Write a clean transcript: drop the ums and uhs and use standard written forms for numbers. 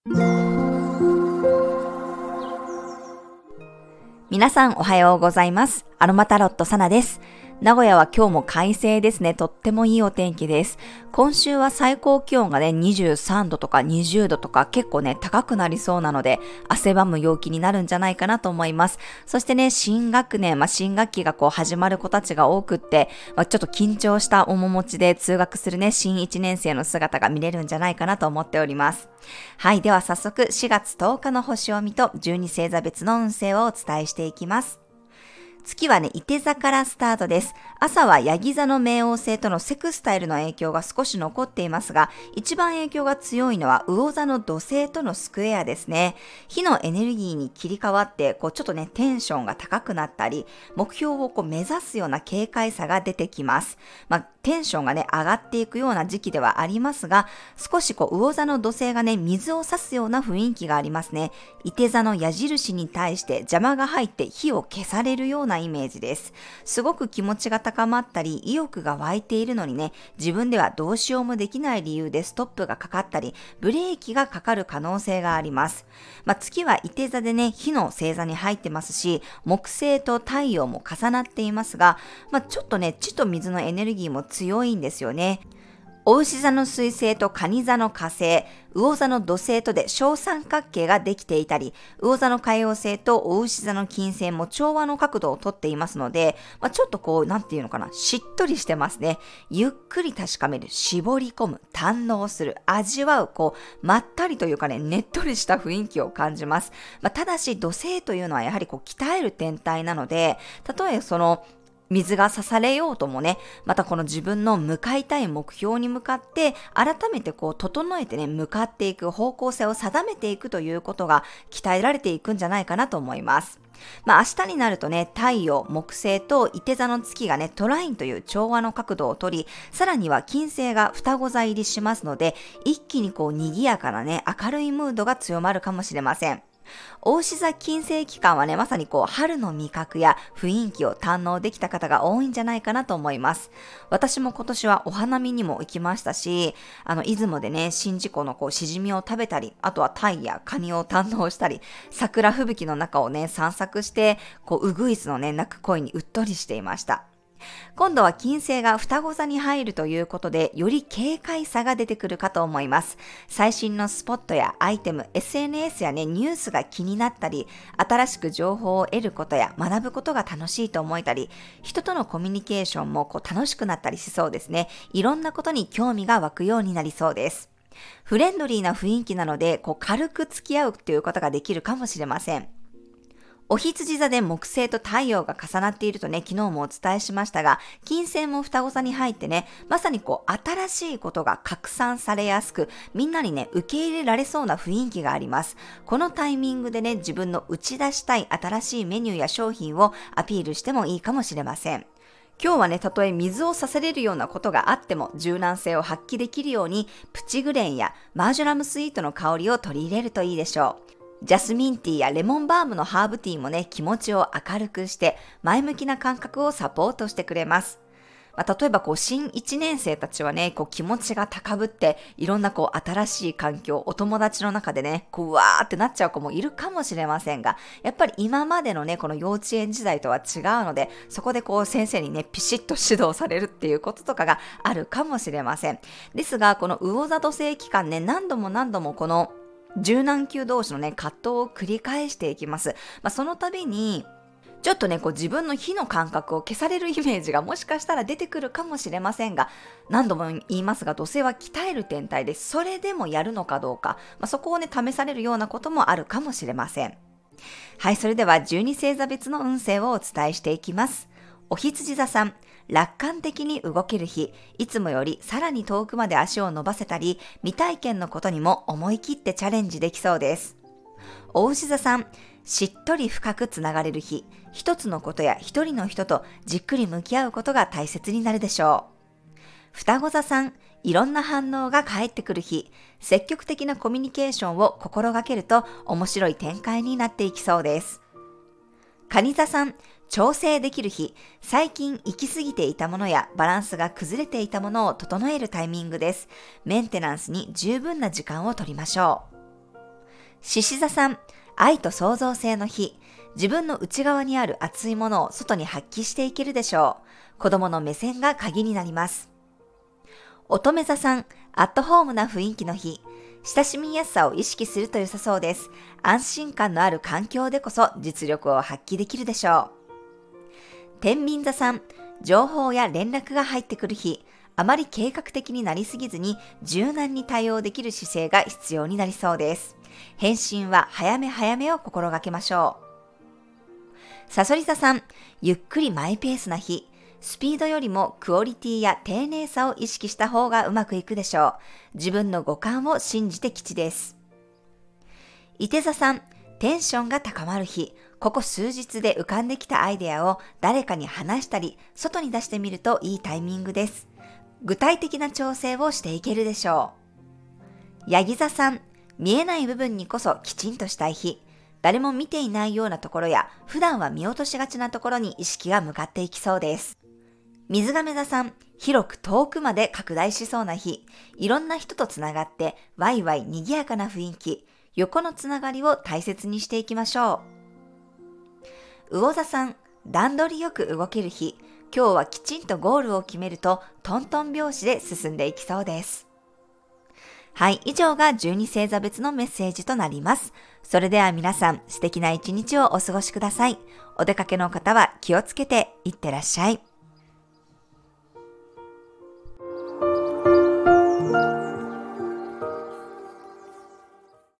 皆さんおはようございます。アロマタロットサナです。名古屋は今日も快晴ですね。とってもいいお天気です。今週は最高気温がね、23度とか20度とか結構ね、高くなりそうなので、汗ばむ陽気になるんじゃないかなと思います。そしてね、新学年、新学期が始まる子たちが多くって、ちょっと緊張した面持ちで通学するね、新1年生の姿が見れるんじゃないかなと思っております。はい、では早速4月10日の星読みと12星座別の運勢をお伝えしていきます。月はね、いて座からスタートです。朝はヤギ座の冥王星とのセクスタイルの影響が少し残っていますが、一番影響が強いのは魚座の土星とのスクエアですね。火のエネルギーに切り替わって、ちょっとね、テンションが高くなったり、目標を目指すような軽快さが出てきます。テンションがね、上がっていくような時期ではありますが、少し魚座の土星がね、水を差すような雰囲気がありますね。いて座の矢印に対して邪魔が入って火を消されるようなイメージです。すごく気持ちが高まったり、意欲が湧いているのにね、自分ではどうしようもできない理由でストップがかかったり、ブレーキがかかる可能性があります。月はいて座でね、火の星座に入ってますし、木星と太陽も重なっていますが、ちょっとね、地と水のエネルギーも強いんですよね。牡牛座の水星と蟹座の火星、魚座の土星とで小三角形ができていたり、魚座の海王星と牡牛座の金星も調和の角度をとっていますので、ちょっとなんていうのかな、しっとりしてますね。ゆっくり確かめる、絞り込む、堪能する、味わう、まったりというかね、ねっとりした雰囲気を感じます。ただし土星というのはやはり鍛える天体なので、たとえ水が刺されようともね、またこの自分の向かいたい目標に向かって、改めて整えてね、向かっていく方向性を定めていくということが鍛えられていくんじゃないかなと思います。明日になるとね、太陽、木星といて座の月がね、トラインという調和の角度をとり、さらには金星が双子座入りしますので、一気に賑やかなね、明るいムードが強まるかもしれません。牡牛座金星期間はね、まさに春の味覚や雰囲気を堪能できた方が多いんじゃないかなと思います。私も今年はお花見にも行きましたし、出雲でね、宍道湖のしじみを食べたり、あとは鯛やカニを堪能したり、桜吹雪の中をね、散策して、ウグイスのね、鳴く声にうっとりしていました。今度は金星が双子座に入るということで、より軽快さが出てくるかと思います。最新のスポットやアイテム、SNS やね、ニュースが気になったり、新しく情報を得ることや学ぶことが楽しいと思えたり、人とのコミュニケーションも楽しくなったりしそうですね。いろんなことに興味が湧くようになりそうです。フレンドリーな雰囲気なので、軽く付き合うということができるかもしれません。お羊座で木星と太陽が重なっているとね、昨日もお伝えしましたが、金星も双子座に入ってね、まさに新しいことが拡散されやすく、みんなにね、受け入れられそうな雰囲気があります。このタイミングでね、自分の打ち出したい新しいメニューや商品をアピールしてもいいかもしれません。今日はね、たとえ水をさせれるようなことがあっても柔軟性を発揮できるように、プチグレンやマージョラムスイートの香りを取り入れるといいでしょう。ジャスミンティーやレモンバームのハーブティーもね、気持ちを明るくして前向きな感覚をサポートしてくれます。例えば新1年生たちはね、気持ちが高ぶっていろんな新しい環境、お友達の中でね、うわーってなっちゃう子もいるかもしれませんが、やっぱり今までのね、この幼稚園時代とは違うので、そこで先生にね、ピシッと指導されるっていうこととかがあるかもしれません。ですが、この魚座土星期間ね、何度もこの柔軟球同士のね、葛藤を繰り返していきます。その度に、ちょっとね、自分の火の感覚を消されるイメージがもしかしたら出てくるかもしれませんが、何度も言いますが、土星は鍛える天体で、それでもやるのかどうか、そこをね、試されるようなこともあるかもしれません。はい、それでは12星座別の運勢をお伝えしていきます。お羊座さん、楽観的に動ける日、いつもよりさらに遠くまで足を伸ばせたり、未体験のことにも思い切ってチャレンジできそうです。お牛座さん、しっとり深くつながれる日、一つのことや一人の人とじっくり向き合うことが大切になるでしょう。双子座さん、いろんな反応が返ってくる日、積極的なコミュニケーションを心がけると面白い展開になっていきそうです。蟹座さん、調整できる日、最近行き過ぎていたものやバランスが崩れていたものを整えるタイミングです。メンテナンスに十分な時間を取りましょう。 獅子座さん、愛と創造性の日。自分の内側にある熱いものを外に発揮していけるでしょう。子供の目線が鍵になります。乙女座さん、アットホームな雰囲気の日。親しみやすさを意識すると良さそうです。安心感のある環境でこそ実力を発揮できるでしょう。天秤座さん、情報や連絡が入ってくる日。あまり計画的になりすぎずに柔軟に対応できる姿勢が必要になりそうです。返信は早め早めを心がけましょう。さそり座さん、ゆっくりマイペースな日。スピードよりもクオリティや丁寧さを意識した方がうまくいくでしょう。自分の五感を信じて吉です。いて座さん、テンションが高まる日。ここ数日で浮かんできたアイデアを誰かに話したり、外に出してみるといいタイミングです。具体的な調整をしていけるでしょう。ヤギ座さん、見えない部分にこそきちんとしたい日。誰も見ていないようなところや、普段は見落としがちなところに意識が向かっていきそうです。水亀座さん、広く遠くまで拡大しそうな日。いろんな人とつながって、ワイワイ賑やかな雰囲気。横のつながりを大切にしていきましょう。魚座さん、段取りよく動ける日。今日はきちんとゴールを決めると、トントン拍子で進んでいきそうです。はい、以上が12星座別のメッセージとなります。それでは皆さん、素敵な一日をお過ごしください。お出かけの方は気をつけていってらっしゃい。